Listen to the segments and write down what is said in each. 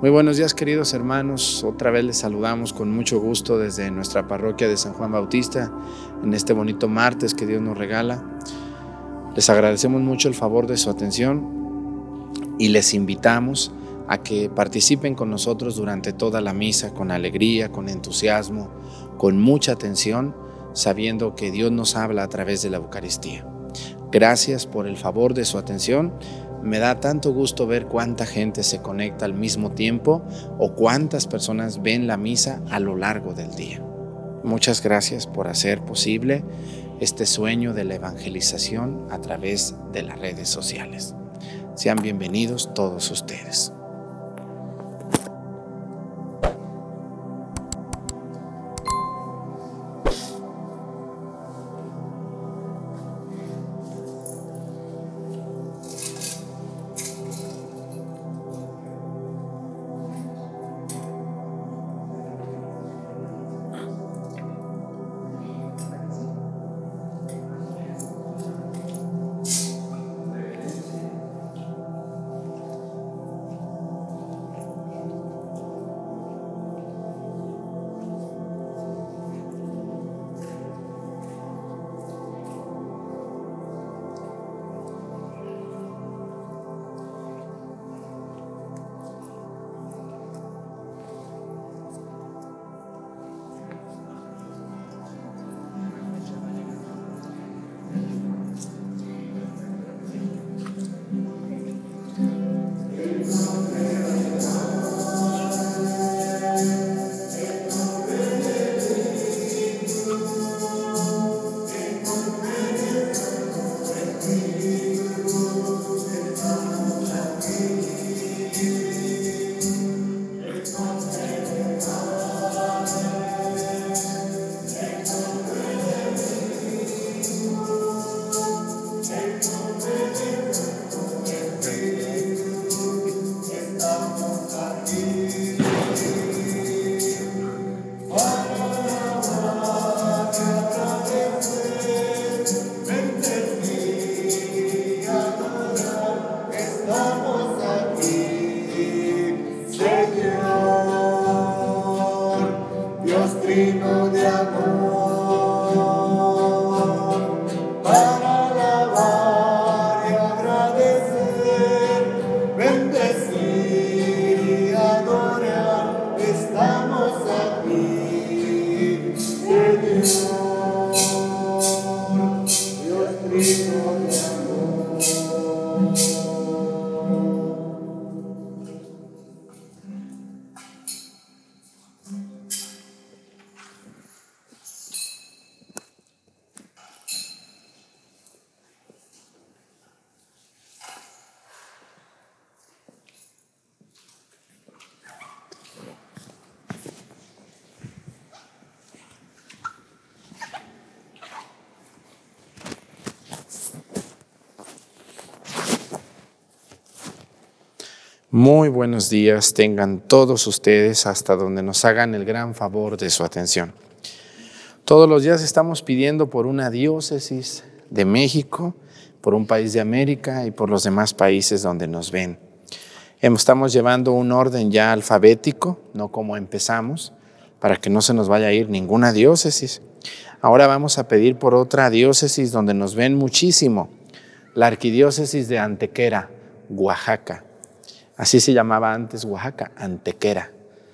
Muy buenos días, queridos hermanos. Otra vez les saludamos con mucho gusto desde nuestra parroquia de San Juan Bautista en este bonito martes que Dios nos regala. Les agradecemos mucho el favor de su atención y les invitamos a que participen con nosotros durante toda la misa con alegría, con entusiasmo, con mucha atención, sabiendo que Dios nos habla a través de la Eucaristía. Gracias por el favor de su atención. Me da tanto gusto ver cuánta gente se conecta al mismo tiempo o cuántas personas ven la misa a lo largo del día. Muchas gracias por hacer posible este sueño de la evangelización a través de las redes sociales. Sean bienvenidos todos ustedes. Muy buenos días tengan todos ustedes hasta donde nos hagan el gran favor de su atención. Todos los días estamos pidiendo por una diócesis de México, por un país de América y por los demás países donde nos ven. Estamos llevando un orden ya alfabético, no como empezamos, para que no se nos vaya a ir ninguna diócesis. Ahora vamos a pedir por otra diócesis donde nos ven muchísimo, la arquidiócesis de Antequera, Oaxaca. Así se llamaba antes Oaxaca, Antequera.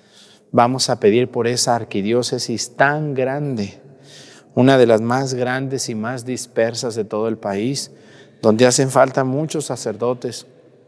Vamos a pedir por esa arquidiócesis tan grande, una de las más grandes y más dispersas de todo el país, donde hacen falta muchos sacerdotes.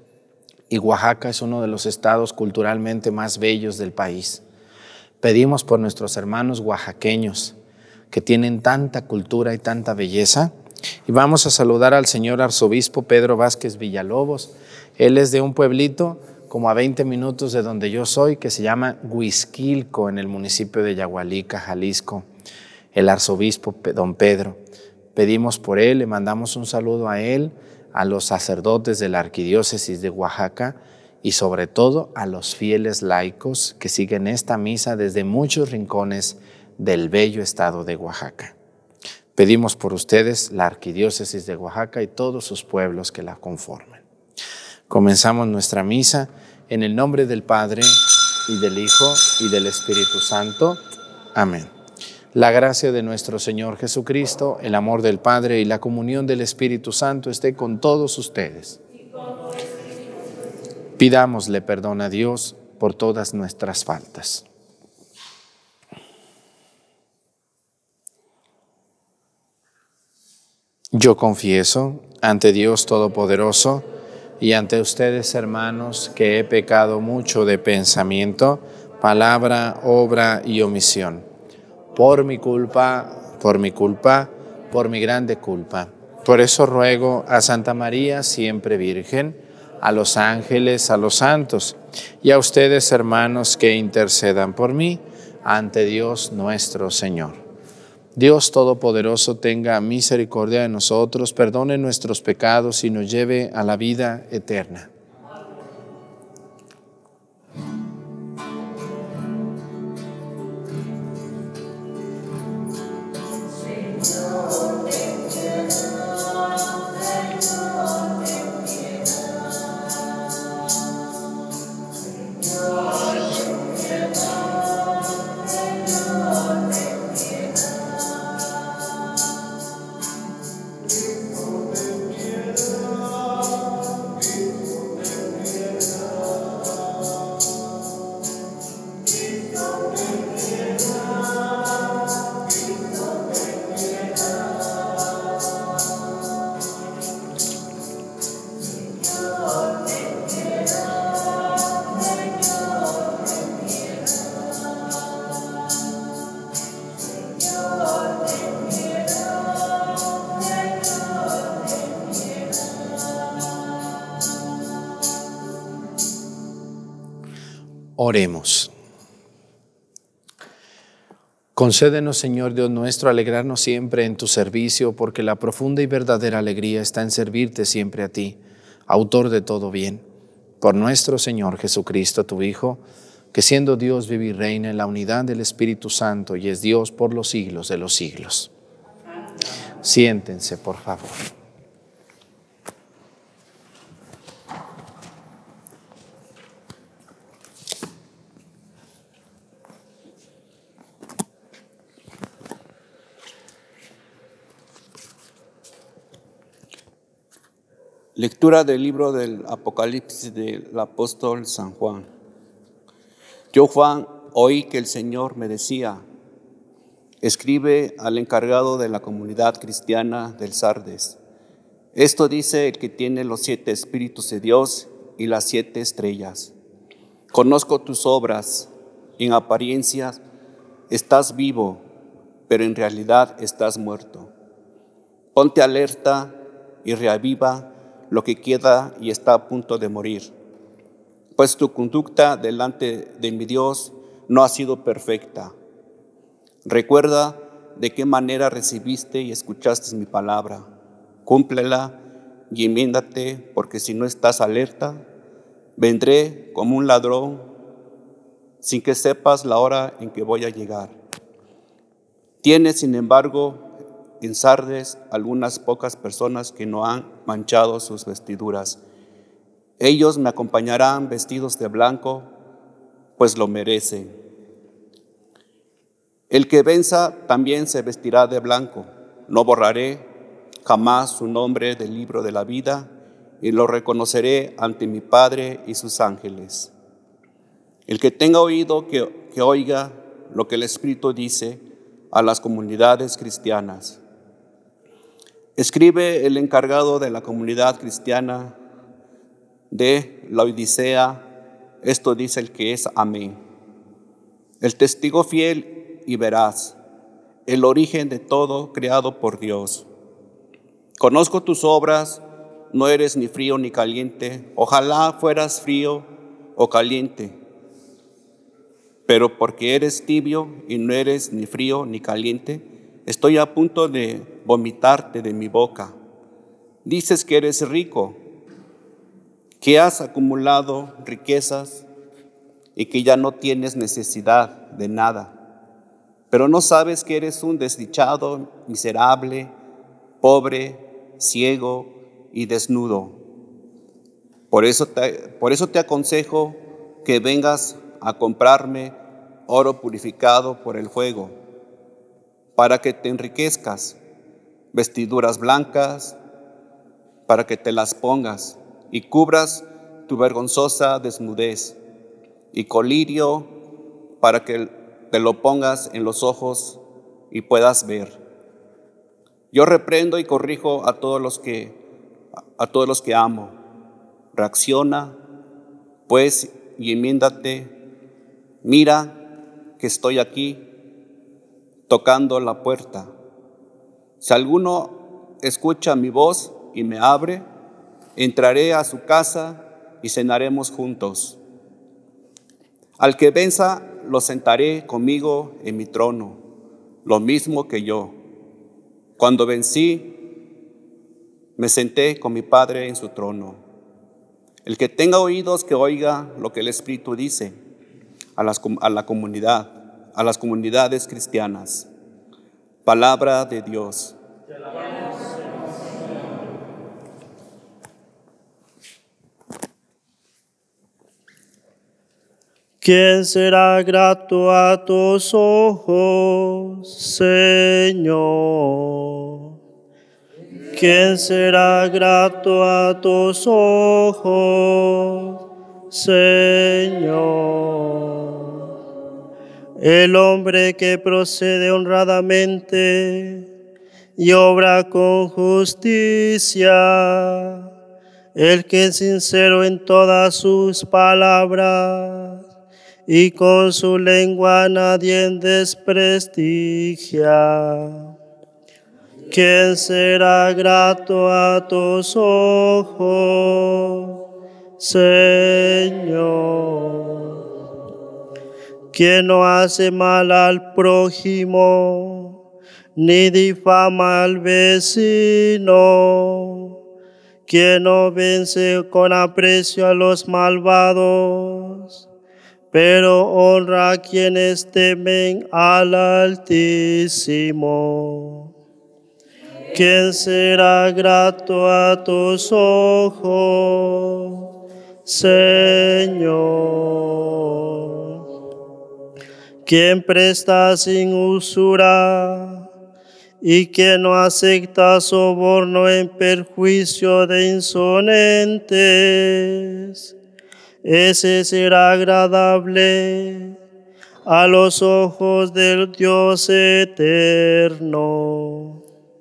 Y Oaxaca es uno de los estados culturalmente más bellos del país. Pedimos por nuestros hermanos oaxaqueños, que tienen tanta cultura y tanta belleza. Y vamos a saludar al señor arzobispo Pedro Vázquez Villalobos. Él es de un pueblito como a 20 minutos de donde yo soy, que se llama Huizquilco, en el municipio de Yagualica, Jalisco. El arzobispo don Pedro. Pedimos por él, le mandamos un saludo a él, a los sacerdotes de la arquidiócesis de Oaxaca y sobre todo a los fieles laicos que siguen esta misa desde muchos rincones del bello estado de Oaxaca. Pedimos por ustedes la arquidiócesis de Oaxaca y todos sus pueblos que la conforman. Comenzamos nuestra misa en el nombre del Padre, y del Hijo, y del Espíritu Santo. Amén. La gracia de nuestro Señor Jesucristo, el amor del Padre y la comunión del Espíritu Santo esté con todos ustedes. Pidámosle perdón a Dios por todas nuestras faltas. Yo confieso ante Dios Todopoderoso y ante ustedes, hermanos, que he pecado mucho de pensamiento, palabra, obra y omisión. Por mi culpa, por mi grande culpa. Por eso ruego a Santa María, siempre Virgen, a los ángeles, a los santos, y a ustedes, hermanos, que intercedan por mí ante Dios nuestro Señor. Dios Todopoderoso tenga misericordia de nosotros, perdone nuestros pecados y nos lleve a la vida eterna. Oremos. Concédenos, Señor Dios nuestro, alegrarnos siempre en tu servicio, porque la profunda y verdadera alegría está en servirte siempre a ti, autor de todo bien. Por nuestro Señor Jesucristo, tu Hijo, que siendo Dios vive y reina en la unidad del Espíritu Santo y es Dios por los siglos de los siglos. Siéntense, por favor. Lectura del libro del Apocalipsis del apóstol San Juan. Yo, Juan, oí que el Señor me decía: escribe al encargado de la comunidad cristiana del Sardes. Esto dice el que tiene los 7 espíritus de Dios y las 7 estrellas. Conozco tus obras, en apariencia estás vivo, pero en realidad estás muerto. Ponte alerta y reaviva lo que queda y está a punto de morir, pues tu conducta delante de mi Dios no ha sido perfecta. Recuerda de qué manera recibiste y escuchaste mi palabra. Cúmplela y enmiéndate, porque si no estás alerta, vendré como un ladrón sin que sepas la hora en que voy a llegar. Tienes, sin embargo, en Sardes algunas pocas personas que no han manchado sus vestiduras. Ellos me acompañarán vestidos de blanco, pues lo merecen. El que venza también se vestirá de blanco. No borraré jamás su nombre del libro de la vida y lo reconoceré ante mi Padre y sus ángeles. El que tenga oído, que oiga lo que el Espíritu dice a las comunidades cristianas. Escribe el encargado de la comunidad cristiana de Laodicea, esto dice el que es Amén, el testigo fiel y veraz, el origen de todo creado por Dios. Conozco tus obras, no eres ni frío ni caliente, ojalá fueras frío o caliente, pero porque eres tibio y no eres ni frío ni caliente, estoy a punto de vomitarte de mi boca. Dices que eres rico, que has acumulado riquezas y que ya no tienes necesidad de nada, pero no sabes que eres un desdichado, miserable, pobre, ciego y desnudo. Por eso te aconsejo que vengas a comprarme oro purificado por el fuego, para que te enriquezcas, vestiduras blancas, para que te las pongas y cubras tu vergonzosa desnudez, y colirio para que te lo pongas en los ojos y puedas ver. Yo reprendo y corrijo a todos los que amo. Reacciona, pues, y enmiéndate. Mira que estoy aquí tocando la puerta. Si alguno escucha mi voz y me abre, entraré a su casa y cenaremos juntos. Al que venza, lo sentaré conmigo en mi trono, lo mismo que yo. Cuando vencí, me senté con mi Padre en su trono. El que tenga oídos, que oiga lo que el Espíritu dice a las comunidades cristianas. Palabra de Dios. ¿Quién será grato a tus ojos, Señor? ¿Quién será grato a tus ojos, Señor? El hombre que procede honradamente y obra con justicia, el que es sincero en todas sus palabras, y con su lengua nadie desprestigia. ¿Quién será grato a tus ojos, Señor? ¿Quién no hace mal al prójimo, ni difama al vecino? ¿Quién no vence con aprecio a los malvados, pero honra a quienes temen al Altísimo? ¿Quién será grato a tus ojos, Señor? ¿Quién presta sin usura y quien no acepta soborno en perjuicio de insolentes? Ese será agradable a los ojos del Dios eterno.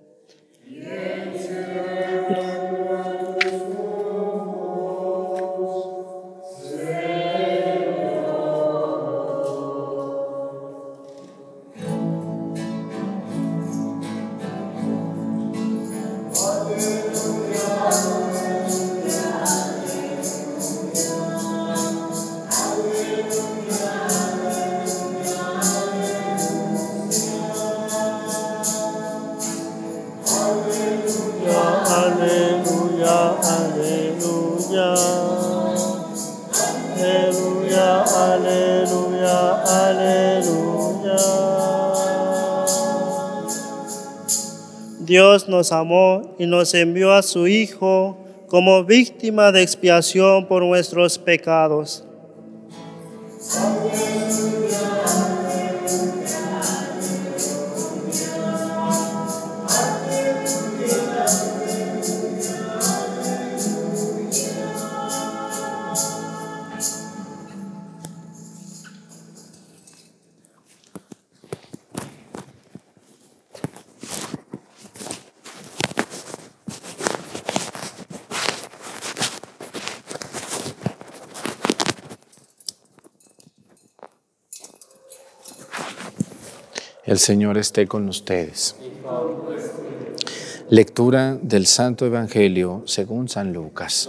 Dios nos amó y nos envió a su Hijo como víctima de expiación por nuestros pecados. El Señor esté con ustedes. Lectura del Santo Evangelio según San Lucas.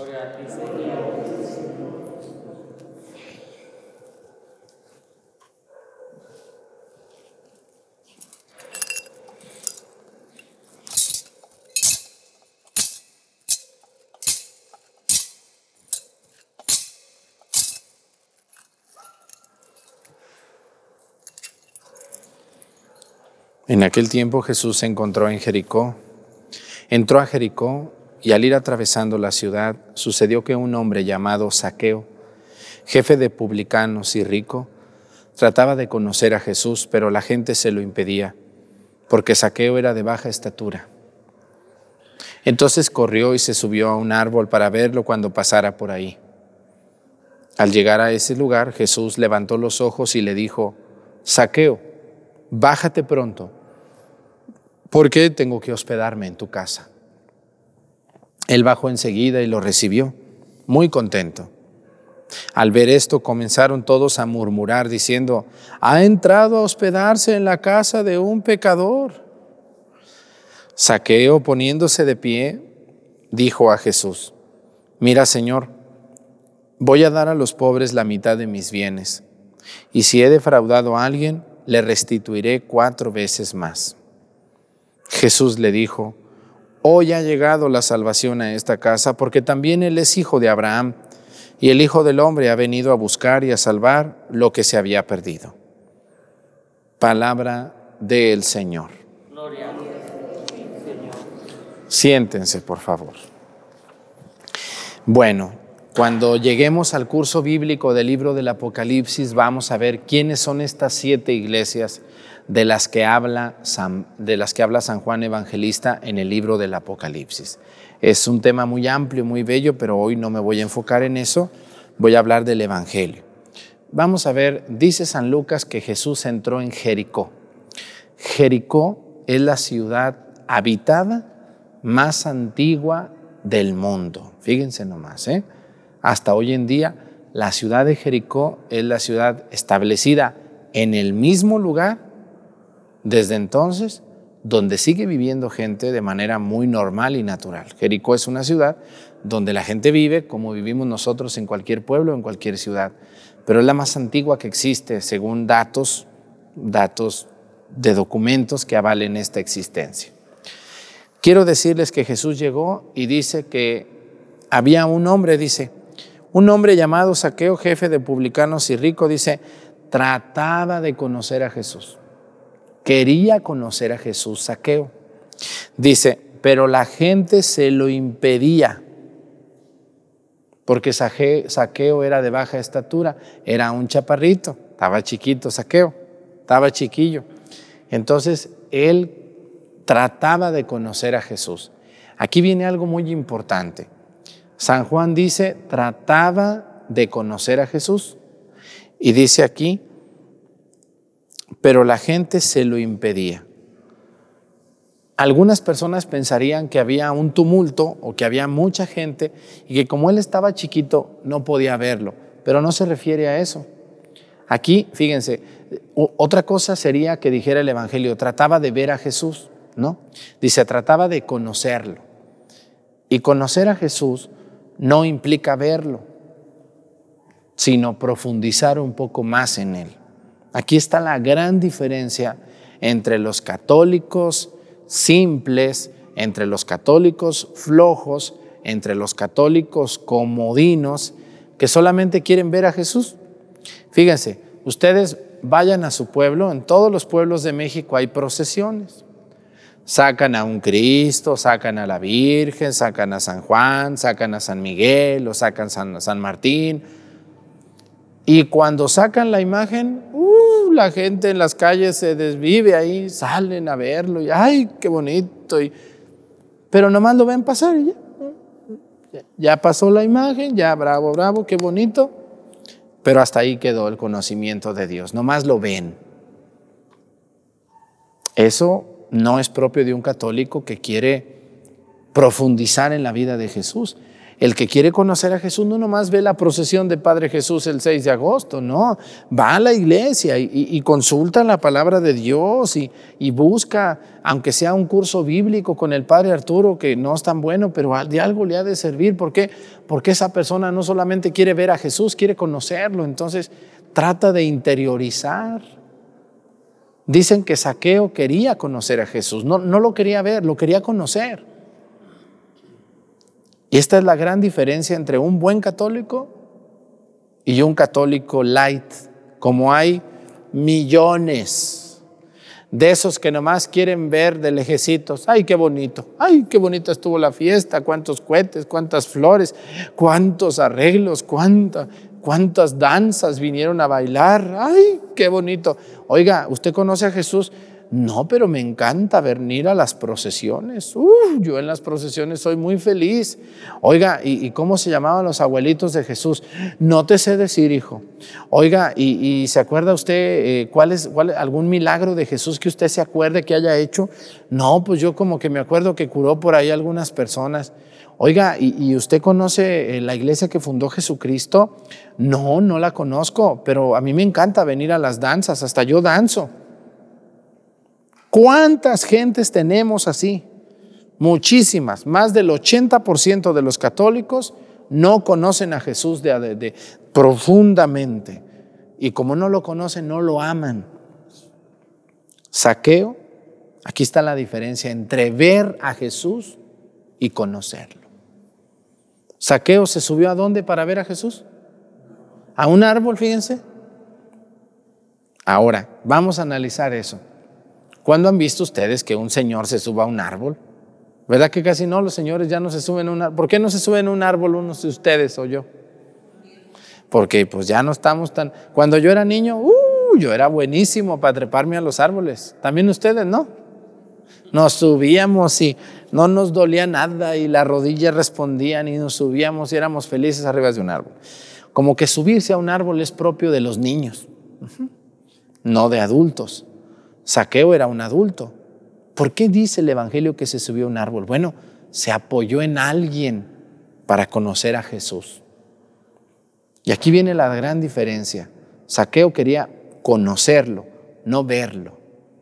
En aquel tiempo Jesús se encontró en Jericó. Entró a Jericó y al ir atravesando la ciudad, sucedió que un hombre llamado Zaqueo, jefe de publicanos y rico, trataba de conocer a Jesús, pero la gente se lo impedía, porque Zaqueo era de baja estatura. Entonces corrió y se subió a un árbol para verlo cuando pasara por ahí. Al llegar a ese lugar, Jesús levantó los ojos y le dijo: Zaqueo, bájate pronto, porque tengo que hospedarme en tu casa. Él bajó enseguida y lo recibió, muy contento. Al ver esto, comenzaron todos a murmurar, diciendo: ha entrado a hospedarse en la casa de un pecador. Zaqueo, poniéndose de pie, dijo a Jesús: mira, Señor, voy a dar a los pobres la mitad de mis bienes, y si he defraudado a alguien, le restituiré 4 veces más. Jesús le dijo: hoy ha llegado la salvación a esta casa, porque también él es hijo de Abraham, y el Hijo del Hombre ha venido a buscar y a salvar lo que se había perdido. Palabra del Señor. Gloria a Dios. Siéntense, por favor. Bueno, cuando lleguemos al curso bíblico del libro del Apocalipsis, vamos a ver quiénes son estas 7 iglesias de las que habla San Juan Evangelista en el libro del Apocalipsis. Es un tema muy amplio, muy bello, pero hoy no me voy a enfocar en eso. Voy a hablar del Evangelio. Vamos a ver, dice San Lucas que Jesús entró en Jericó. Jericó es la ciudad habitada más antigua del mundo. Fíjense nomás, hasta hoy en día la ciudad de Jericó es la ciudad establecida en el mismo lugar desde entonces, donde sigue viviendo gente de manera muy normal y natural. Jericó es una ciudad donde la gente vive como vivimos nosotros en cualquier pueblo, en cualquier ciudad, pero es la más antigua que existe según datos de documentos que avalen esta existencia. Quiero decirles que Jesús llegó y dice que había un hombre llamado Zaqueo, jefe de publicanos y rico, dice, trataba de conocer a Jesús. Quería conocer a Jesús, Zaqueo. Dice, pero la gente se lo impedía, porque Zaqueo era de baja estatura, era un chaparrito, estaba chiquito Zaqueo, estaba chiquillo. Entonces, él trataba de conocer a Jesús. Aquí viene algo muy importante. San Juan dice, trataba de conocer a Jesús. Y dice aquí, pero la gente se lo impedía. Algunas personas pensarían que había un tumulto o que había mucha gente y que como él estaba chiquito no podía verlo, pero no se refiere a eso. Aquí, fíjense, otra cosa sería que dijera el Evangelio, trataba de ver a Jesús, ¿no? Dice, trataba de conocerlo. Y conocer a Jesús no implica verlo, sino profundizar un poco más en él. Aquí está la gran diferencia entre los católicos simples, entre los católicos flojos, entre los católicos comodinos que solamente quieren ver a Jesús. Fíjense, ustedes vayan a su pueblo, en todos los pueblos de México hay procesiones. Sacan a un Cristo, sacan a la Virgen, sacan a San Juan, sacan a San Miguel o sacan a San Martín. Y cuando sacan la imagen, la gente en las calles se desvive ahí, salen a verlo y ¡ay, qué bonito! Pero nomás lo ven pasar y ya pasó la imagen, ya bravo, bravo, qué bonito. Pero hasta ahí quedó el conocimiento de Dios, nomás lo ven. Eso no es propio de un católico que quiere profundizar en la vida de Jesús. El que quiere conocer a Jesús no nomás ve la procesión de Padre Jesús el 6 de agosto, no, va a la iglesia y consulta la palabra de Dios y busca, aunque sea un curso bíblico con el Padre Arturo, que no es tan bueno, pero de algo le ha de servir. ¿Por qué? Porque esa persona no solamente quiere ver a Jesús, quiere conocerlo, entonces trata de interiorizar. Dicen que Zaqueo quería conocer a Jesús, no lo quería ver, lo quería conocer. Y esta es la gran diferencia entre un buen católico y un católico light, como hay millones de esos que nomás quieren ver de lejecitos. ¡Ay, qué bonito! ¡Ay, qué bonita cuánta estuvo la fiesta! ¡Cuántos cohetes! ¡Cuántas flores! ¡Cuántos arreglos! cuántas danzas vinieron a bailar. ¡Ay, qué bonito! Oiga, ¿usted conoce a Jesús? No, pero me encanta venir a las procesiones. Yo en las procesiones soy muy feliz. Oiga, ¿y cómo se llamaban los abuelitos de Jesús? No te sé decir, hijo. Oiga, ¿y se acuerda usted algún milagro de Jesús que usted se acuerde que haya hecho? No, pues yo como que me acuerdo que curó por ahí algunas personas. Oiga, ¿y usted conoce la iglesia que fundó Jesucristo? No, no la conozco, pero a mí me encanta venir a las danzas, hasta yo danzo. ¿Cuántas gentes tenemos así? Muchísimas. Más del 80% de los católicos no conocen a Jesús profundamente. Y como no lo conocen, no lo aman. Zaqueo, aquí está la diferencia entre ver a Jesús y conocerlo. Zaqueo se subió ¿a dónde para ver a Jesús? A un árbol, fíjense. Ahora, vamos a analizar eso. ¿Cuándo han visto ustedes que un señor se suba a un árbol? ¿Verdad que casi no? Los señores ya no se suben a un árbol. ¿Por qué no se suben a un árbol unos de ustedes o yo? Porque pues ya no estamos tan... Cuando yo era niño, yo era buenísimo para treparme a los árboles. También ustedes, ¿no? Nos subíamos y no nos dolía nada y las rodillas respondían y nos subíamos y éramos felices arriba de un árbol. Como que subirse a un árbol es propio de los niños, no de adultos. Zaqueo era un adulto. ¿Por qué dice el Evangelio que se subió a un árbol? Bueno, se apoyó en alguien para conocer a Jesús. Y aquí viene la gran diferencia. Zaqueo quería conocerlo, no verlo.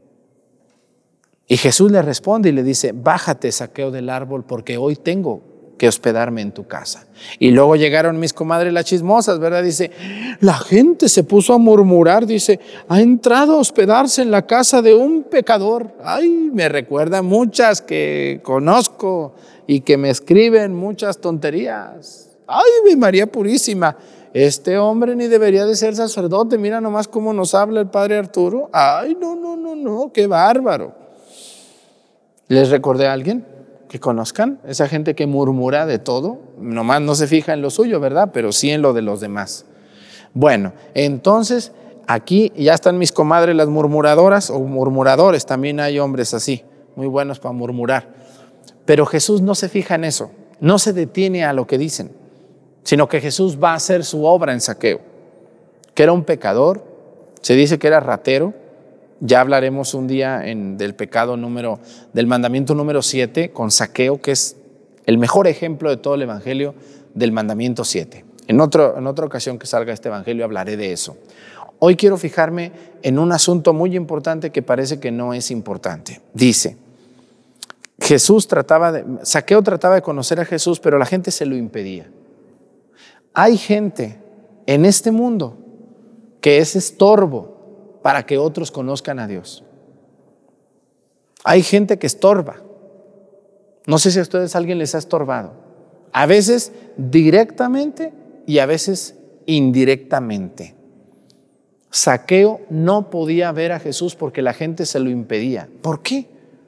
Y Jesús le responde y le dice: bájate, Zaqueo, del árbol, porque hoy tengo que hospedarme en tu casa. Y luego llegaron mis comadres las chismosas, ¿verdad? Dice, la gente se puso a murmurar, dice, ha entrado a hospedarse en la casa de un pecador. Ay, me recuerda muchas que conozco y que me escriben muchas tonterías. Ay, mi María Purísima, este hombre ni debería de ser sacerdote, mira nomás cómo nos habla el padre Arturo. Ay, no, qué bárbaro. ¿Les recordé a alguien que conozcan? Esa gente que murmura de todo, nomás no se fija en lo suyo, ¿verdad? Pero sí en lo de los demás. Bueno, entonces aquí ya están mis comadres las murmuradoras o murmuradores, también hay hombres así, muy buenos para murmurar. Pero Jesús no se fija en eso, no se detiene a lo que dicen, sino que Jesús va a hacer su obra en Zaqueo, que era un pecador, se dice que era ratero. Ya hablaremos un día del mandamiento número 7 con Zaqueo, que es el mejor ejemplo de todo el evangelio del mandamiento 7. En otra ocasión que salga este evangelio hablaré de eso. Hoy quiero fijarme en un asunto muy importante que parece que no es importante. Dice, Zaqueo trataba de conocer a Jesús, pero la gente se lo impedía. Hay gente en este mundo que es estorbo para que otros conozcan a Dios. Hay gente que estorba. No sé si a ustedes alguien les ha estorbado. A veces directamente y a veces indirectamente. Zaqueo no podía ver a Jesús porque la gente se lo impedía. ¿Por qué?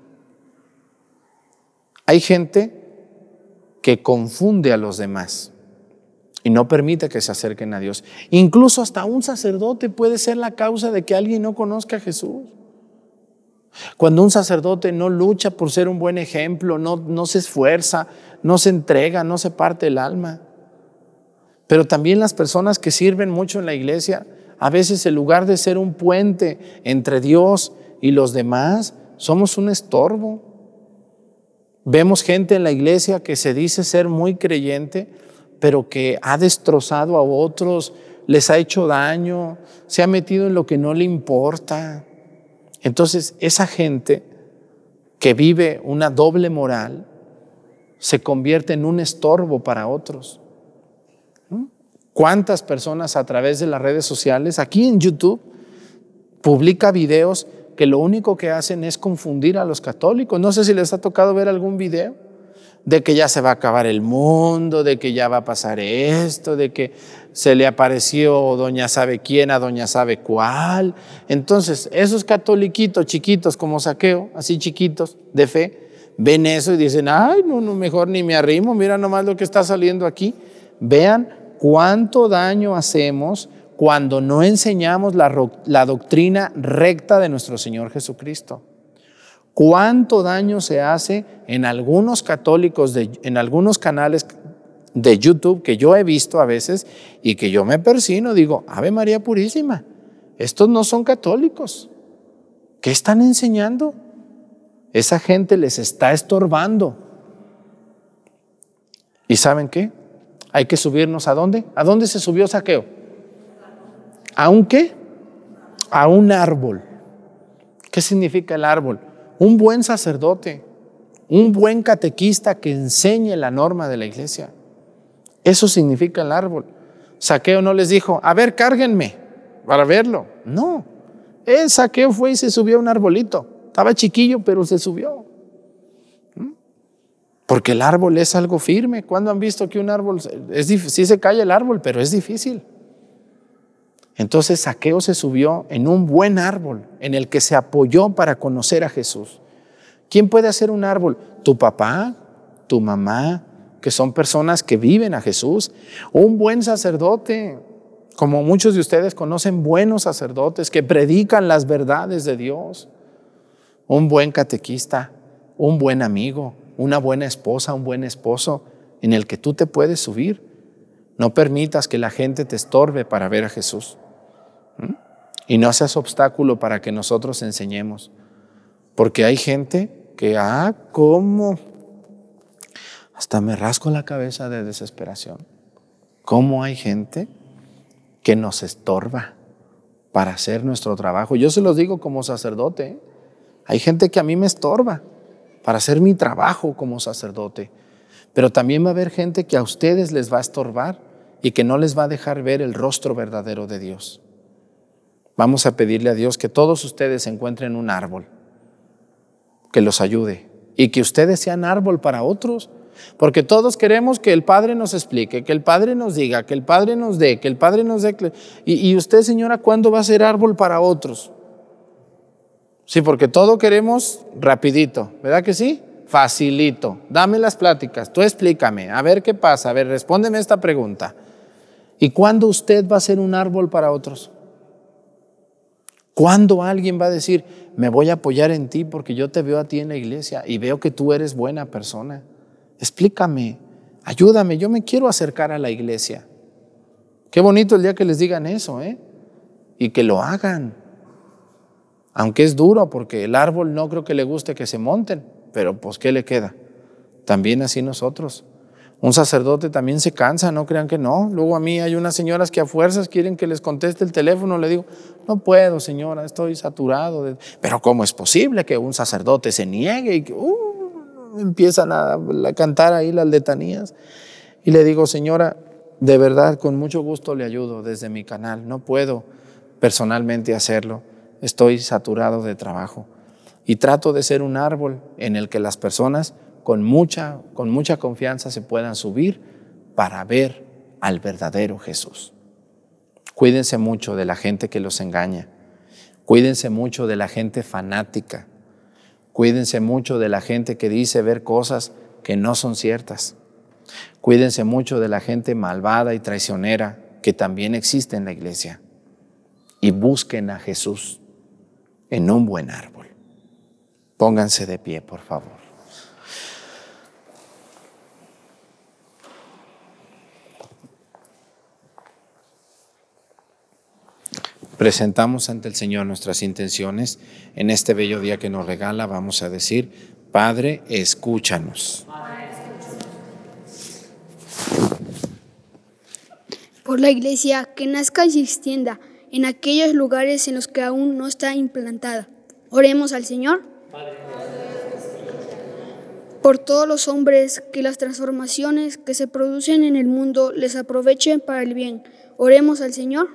Hay gente que confunde a los demás y no permite que se acerquen a Dios. Incluso hasta un sacerdote puede ser la causa de que alguien no conozca a Jesús. Cuando un sacerdote no lucha por ser un buen ejemplo, no se esfuerza, no se entrega, no se parte el alma. Pero también las personas que sirven mucho en la iglesia, a veces en lugar de ser un puente entre Dios y los demás, somos un estorbo. Vemos gente en la iglesia que se dice ser muy creyente, pero que ha destrozado a otros, les ha hecho daño, se ha metido en lo que no le importa. Entonces, esa gente que vive una doble moral se convierte en un estorbo para otros. ¿Cuántas personas a través de las redes sociales, aquí en YouTube, publica videos que lo único que hacen es confundir a los católicos? No sé si les ha tocado ver algún video de que ya se va a acabar el mundo, de que ya va a pasar esto, de que se le apareció doña sabe quién a doña sabe cuál. Entonces, esos catoliquitos chiquitos como Zaqueo, así chiquitos de fe, ven eso y dicen, ay, no, mejor ni me arrimo, mira nomás lo que está saliendo aquí. Vean ¿cuánto daño hacemos cuando no enseñamos la doctrina recta de nuestro Señor Jesucristo? ¿Cuánto daño se hace en algunos católicos, en algunos canales de YouTube que yo he visto a veces y que yo me persino, digo, Ave María Purísima, estos no son católicos. ¿Qué están enseñando? Esa gente les está estorbando. ¿Y saben qué? Hay que subirnos ¿a dónde? ¿A dónde se subió Zaqueo? ¿A un qué? A un árbol. ¿Qué significa el árbol? Un buen sacerdote, un buen catequista que enseñe la norma de la iglesia. Eso significa el árbol. Zaqueo no les dijo, a ver, cárguenme para verlo. No, el Zaqueo fue y se subió a un arbolito. Estaba chiquillo, pero se subió. Porque el árbol es algo firme. ¿Cuándo han visto que un árbol, sí se cae el árbol, pero es difícil? Entonces Zaqueo se subió en un buen árbol en el que se apoyó para conocer a Jesús. ¿Quién puede hacer un árbol? Tu papá, tu mamá, que son personas que viven a Jesús. Un buen sacerdote, como muchos de ustedes conocen buenos sacerdotes que predican las verdades de Dios. Un buen catequista, un buen amigo, una buena esposa, un buen esposo en el que tú te puedes subir. No permitas que la gente te estorbe para ver a Jesús. Y no seas obstáculo para que nosotros enseñemos. Porque hay gente que, ¿cómo? Hasta me rasco la cabeza de desesperación. ¿Cómo hay gente que nos estorba para hacer nuestro trabajo? Yo se los digo como sacerdote. Hay gente que a mí me estorba para hacer mi trabajo como sacerdote. Pero también va a haber gente que a ustedes les va a estorbar y que no les va a dejar ver el rostro verdadero de Dios. Vamos a pedirle a Dios que todos ustedes encuentren un árbol que los ayude y que ustedes sean árbol para otros, porque todos queremos que el Padre nos explique, que el Padre nos diga, que el Padre nos dé, que el Padre nos dé. Y usted, señora, ¿cuándo va a ser árbol para otros? Sí, porque todo queremos rapidito, ¿verdad que sí? Facilito. Dame las pláticas, tú explícame, a ver qué pasa, a ver, respóndeme esta pregunta. ¿Y cuándo usted va a ser un árbol para otros? ¿Cuándo alguien va a decir, me voy a apoyar en ti porque yo te veo a ti en la iglesia y veo que tú eres buena persona? Explícame, ayúdame, yo me quiero acercar a la iglesia. Qué bonito el día que les digan eso, y que lo hagan. Aunque es duro porque el árbol no creo que le guste que se monten, pero pues ¿qué le queda? También así nosotros. Un sacerdote también se cansa, no crean que no. Luego a mí hay unas señoras que a fuerzas quieren que les conteste el teléfono. Le digo, no puedo, señora, estoy saturado. Pero ¿cómo es posible que un sacerdote se niegue y que empiezan a cantar ahí las letanías? Y le digo, señora, de verdad, con mucho gusto le ayudo desde mi canal. No puedo personalmente hacerlo. Estoy saturado de trabajo. Y trato de ser un árbol en el que las personas con mucha confianza se puedan subir para ver al verdadero Jesús. Cuídense mucho de la gente que los engaña. Cuídense mucho de la gente fanática. Cuídense mucho de la gente que dice ver cosas que no son ciertas. Cuídense mucho de la gente malvada y traicionera que también existe en la iglesia. Y busquen a Jesús en un buen árbol. Pónganse de pie, por favor. Presentamos ante el Señor nuestras intenciones. En este bello día que nos regala, vamos a decir, Padre, escúchanos. Por la iglesia que nazca y se extienda en aquellos lugares en los que aún no está implantada. Oremos al Señor. Por todos los hombres, que las transformaciones que se producen en el mundo les aprovechen para el bien. Oremos al Señor.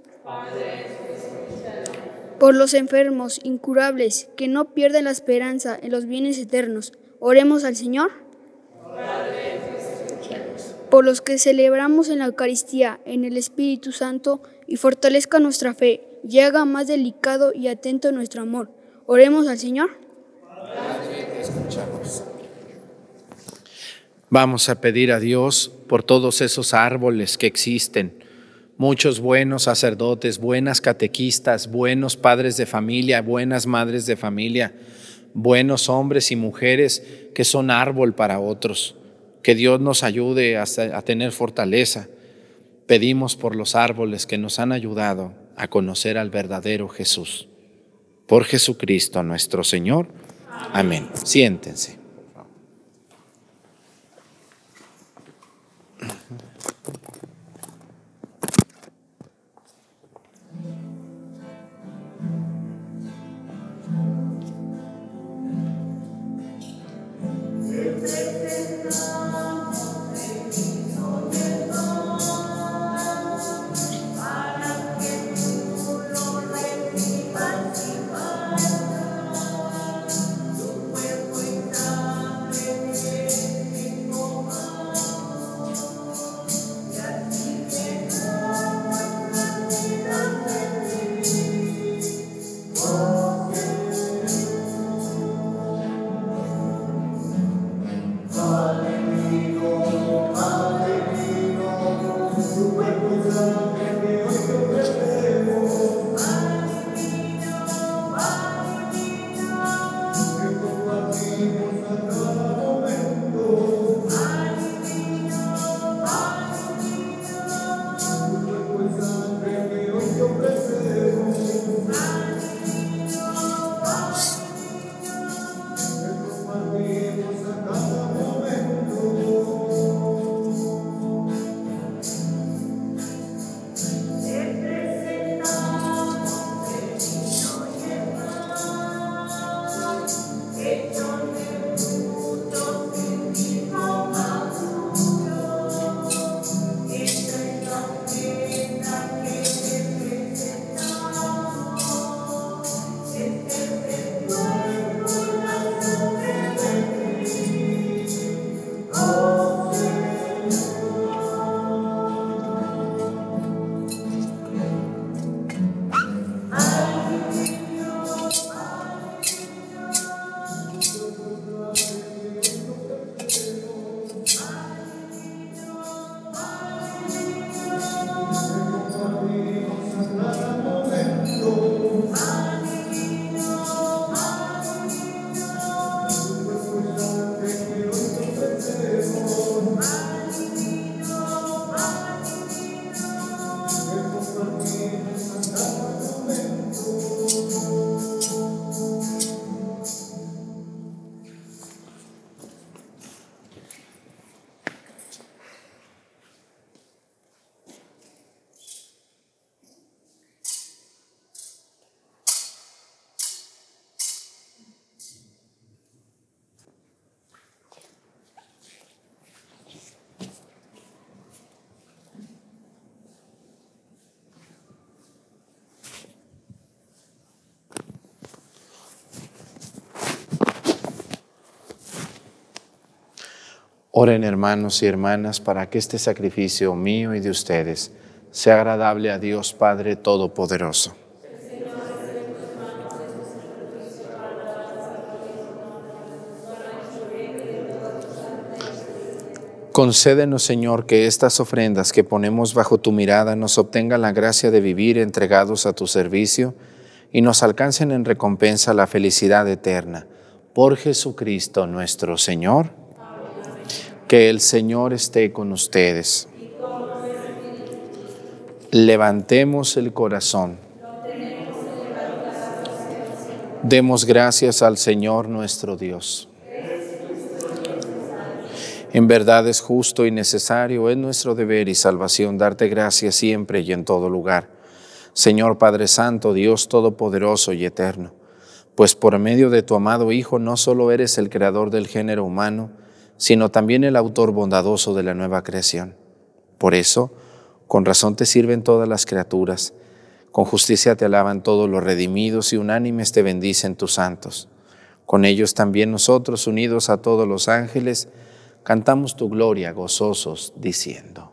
Por los enfermos, incurables, que no pierdan la esperanza en los bienes eternos. Oremos al Señor. Por los que celebramos en la Eucaristía, en el Espíritu Santo, y fortalezca nuestra fe, y haga más delicado y atento nuestro amor. Oremos al Señor. Vamos a pedir a Dios por todos esos árboles que existen, muchos buenos sacerdotes, buenas catequistas, buenos padres de familia, buenas madres de familia, buenos hombres y mujeres que son árbol para otros. Que Dios nos ayude a tener fortaleza. Pedimos por los árboles que nos han ayudado a conocer al verdadero Jesús. Por Jesucristo nuestro Señor. Amén. Siéntense. Oren, hermanos y hermanas, para que este sacrificio mío y de ustedes sea agradable a Dios Padre Todopoderoso. Concédenos, Señor, que estas ofrendas que ponemos bajo tu mirada nos obtengan la gracia de vivir entregados a tu servicio y nos alcancen en recompensa la felicidad eterna. Por Jesucristo nuestro Señor. Que el Señor esté con ustedes. Levantemos el corazón. Demos gracias al Señor nuestro Dios. En verdad es justo y necesario, es nuestro deber y salvación darte gracias siempre y en todo lugar. Señor Padre Santo, Dios Todopoderoso y Eterno, pues por medio de tu amado Hijo no solo eres el creador del género humano, sino también el autor bondadoso de la nueva creación. Por eso, con razón te sirven todas las criaturas, con justicia te alaban todos los redimidos y unánimes te bendicen tus santos. Con ellos también nosotros, unidos a todos los ángeles, cantamos tu gloria gozosos, diciendo: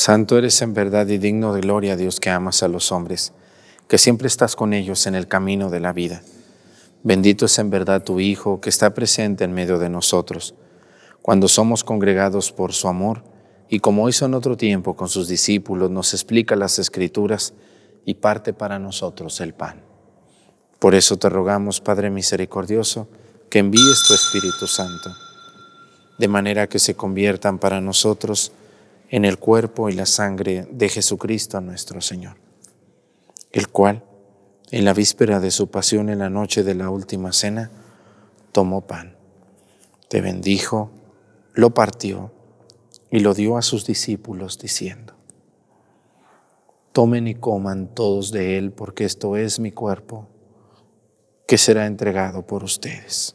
Santo eres en verdad y digno de gloria, Dios que amas a los hombres, que siempre estás con ellos en el camino de la vida. Bendito es en verdad tu Hijo, que está presente en medio de nosotros, cuando somos congregados por su amor, y como hizo en otro tiempo con sus discípulos, nos explica las Escrituras y parte para nosotros el pan. Por eso te rogamos, Padre misericordioso, que envíes tu Espíritu Santo, de manera que se conviertan para nosotros en el cuerpo y la sangre de Jesucristo nuestro Señor, el cual, en la víspera de su pasión, en la noche de la última cena, tomó pan, te bendijo, lo partió y lo dio a sus discípulos diciendo: tomen y coman todos de él, porque esto es mi cuerpo, que será entregado por ustedes.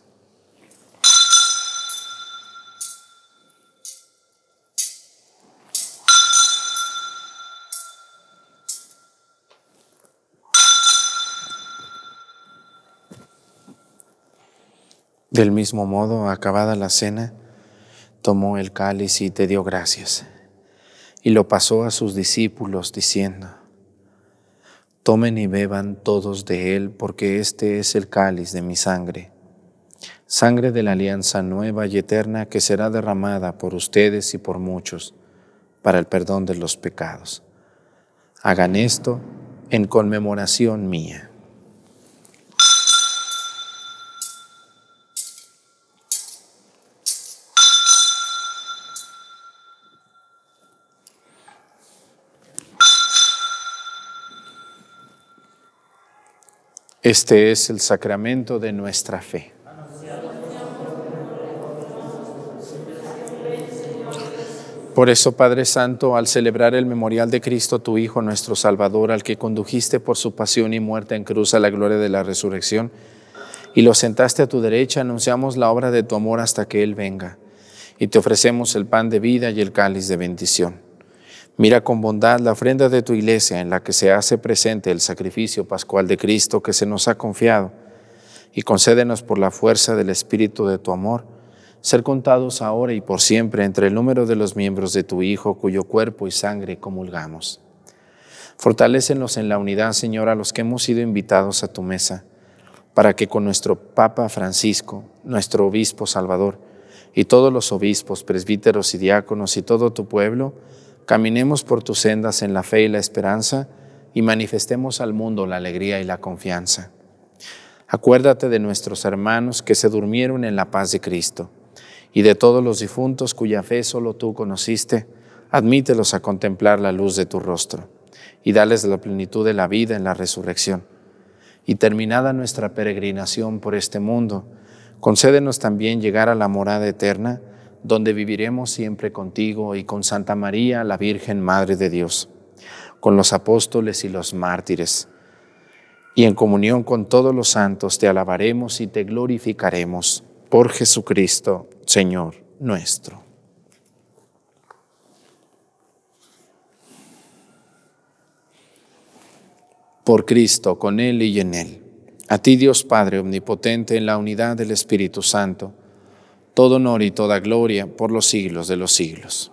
Del mismo modo, acabada la cena, tomó el cáliz y te dio gracias, y lo pasó a sus discípulos diciendo: tomen y beban todos de él, porque este es el cáliz de mi sangre, sangre de la alianza nueva y eterna, que será derramada por ustedes y por muchos para el perdón de los pecados. Hagan esto en conmemoración mía. Este es el sacramento de nuestra fe. Por eso, Padre Santo, al celebrar el memorial de Cristo, tu Hijo, nuestro Salvador, al que condujiste por su pasión y muerte en cruz a la gloria de la resurrección, y lo sentaste a tu derecha, anunciamos la obra de tu amor hasta que Él venga, y te ofrecemos el pan de vida y el cáliz de bendición. Mira con bondad la ofrenda de tu iglesia, en la que se hace presente el sacrificio pascual de Cristo que se nos ha confiado, y concédenos por la fuerza del Espíritu de tu amor, ser contados ahora y por siempre entre el número de los miembros de tu Hijo, cuyo cuerpo y sangre comulgamos. Fortalécenos en la unidad, Señor, a los que hemos sido invitados a tu mesa, para que con nuestro Papa Francisco, nuestro Obispo Salvador, y todos los obispos, presbíteros y diáconos y todo tu pueblo, caminemos por tus sendas en la fe y la esperanza y manifestemos al mundo la alegría y la confianza. Acuérdate de nuestros hermanos que se durmieron en la paz de Cristo y de todos los difuntos cuya fe solo tú conociste, admítelos a contemplar la luz de tu rostro y dales la plenitud de la vida en la resurrección. Y terminada nuestra peregrinación por este mundo, concédenos también llegar a la morada eterna, donde viviremos siempre contigo y con Santa María, la Virgen Madre de Dios, con los apóstoles y los mártires, y en comunión con todos los santos te alabaremos y te glorificaremos por Jesucristo, Señor nuestro. Por Cristo, con Él y en Él, a ti Dios Padre omnipotente, en la unidad del Espíritu Santo, todo honor y toda gloria por los siglos de los siglos.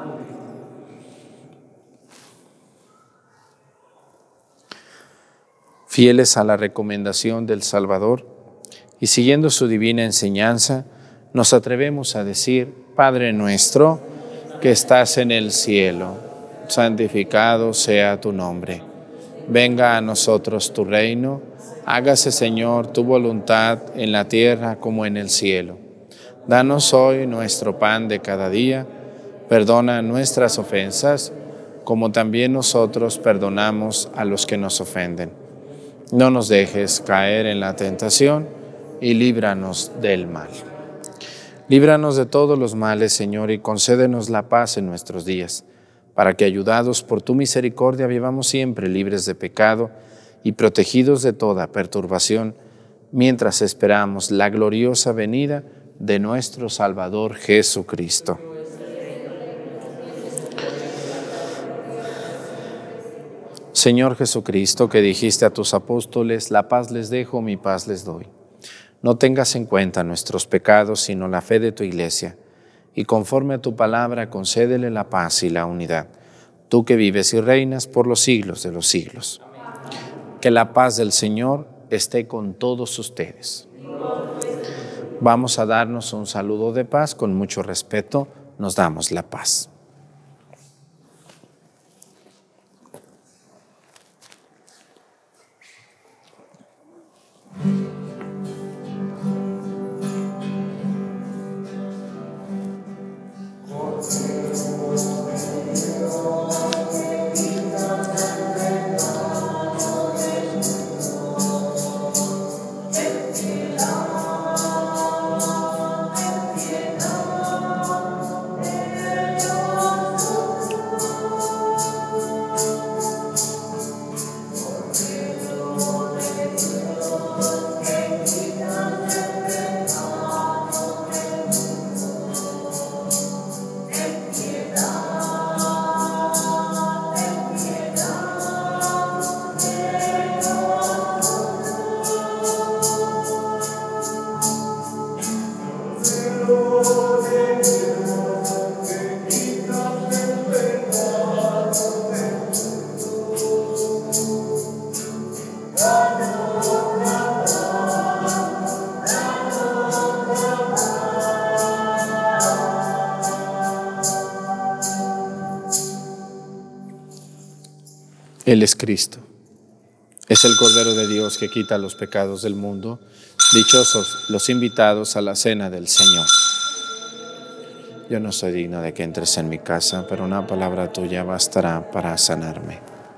Fieles a la recomendación del Salvador y siguiendo su divina enseñanza, nos atrevemos a decir: Padre nuestro, que estás en el cielo, santificado sea tu nombre. Venga a nosotros tu reino, hágase, Señor, tu voluntad en la tierra como en el cielo. Danos hoy nuestro pan de cada día, perdona nuestras ofensas, como también nosotros perdonamos a los que nos ofenden. No nos dejes caer en la tentación y líbranos del mal. Líbranos de todos los males, Señor, y concédenos la paz en nuestros días, para que, ayudados por tu misericordia, vivamos siempre libres de pecado y protegidos de toda perturbación, mientras esperamos la gloriosa venida de nuestro Salvador Jesucristo. Señor Jesucristo, que dijiste a tus apóstoles: la paz les dejo, mi paz les doy. No tengas en cuenta nuestros pecados, sino la fe de tu iglesia, y conforme a tu palabra concédele la paz y la unidad. tú que vives y reinas por los siglos de los siglos. Que la paz del Señor esté con todos ustedes. Vamos a darnos un saludo de paz con mucho respeto. Nos damos la paz. Él es Cristo. Es el Cordero de Dios que quita los pecados del mundo. Dichosos los invitados a la cena del Señor. Yo no soy digno de que entres en mi casa, pero una palabra tuya bastará para sanarme.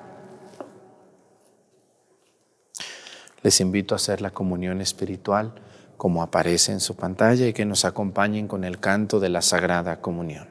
Les invito a hacer la comunión espiritual como aparece en su pantalla y que nos acompañen con el canto de la Sagrada Comunión.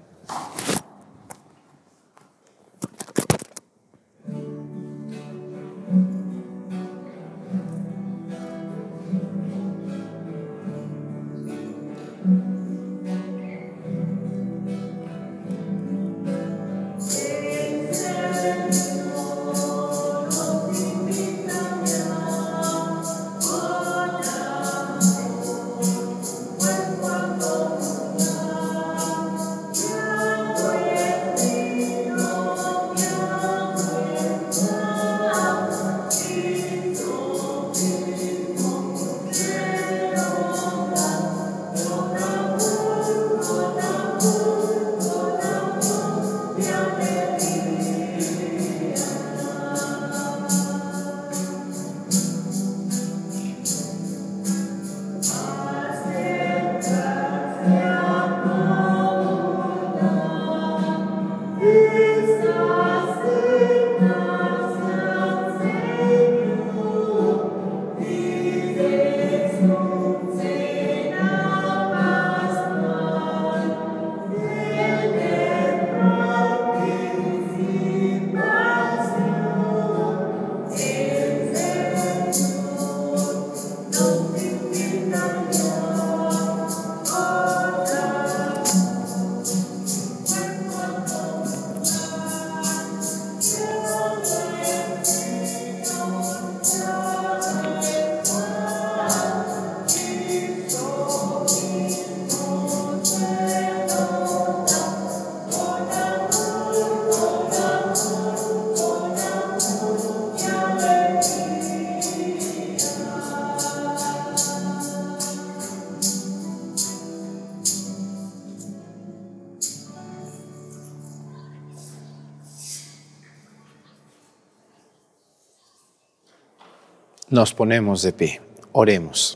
Nos ponemos de pie, oremos.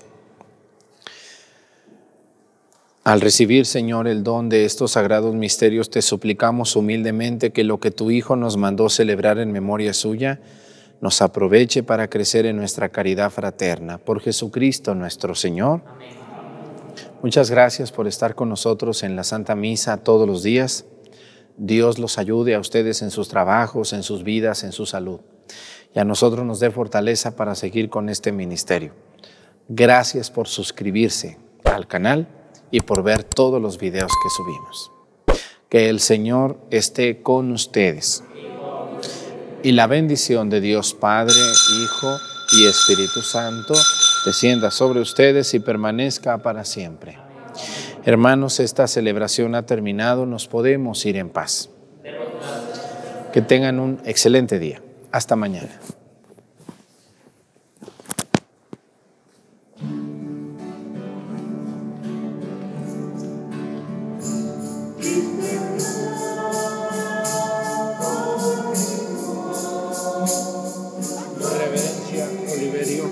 Al recibir, Señor, el don de estos sagrados misterios, te suplicamos humildemente que lo que tu Hijo nos mandó celebrar en memoria suya, nos aproveche para crecer en nuestra caridad fraterna. Por Jesucristo nuestro Señor. Amén. Muchas gracias por estar con nosotros en la Santa Misa todos los días. Dios los ayude a ustedes en sus trabajos, en sus vidas, en su salud. Y a nosotros nos dé fortaleza para seguir con este ministerio. Gracias por suscribirse al canal y por ver todos los videos que subimos. Que el Señor esté con ustedes. Y la bendición de Dios Padre, Hijo y Espíritu Santo descienda sobre ustedes y permanezca para siempre. Hermanos, esta celebración ha terminado, nos podemos ir en paz. Que tengan un excelente día. Hasta mañana. Reverencia, Oliverio.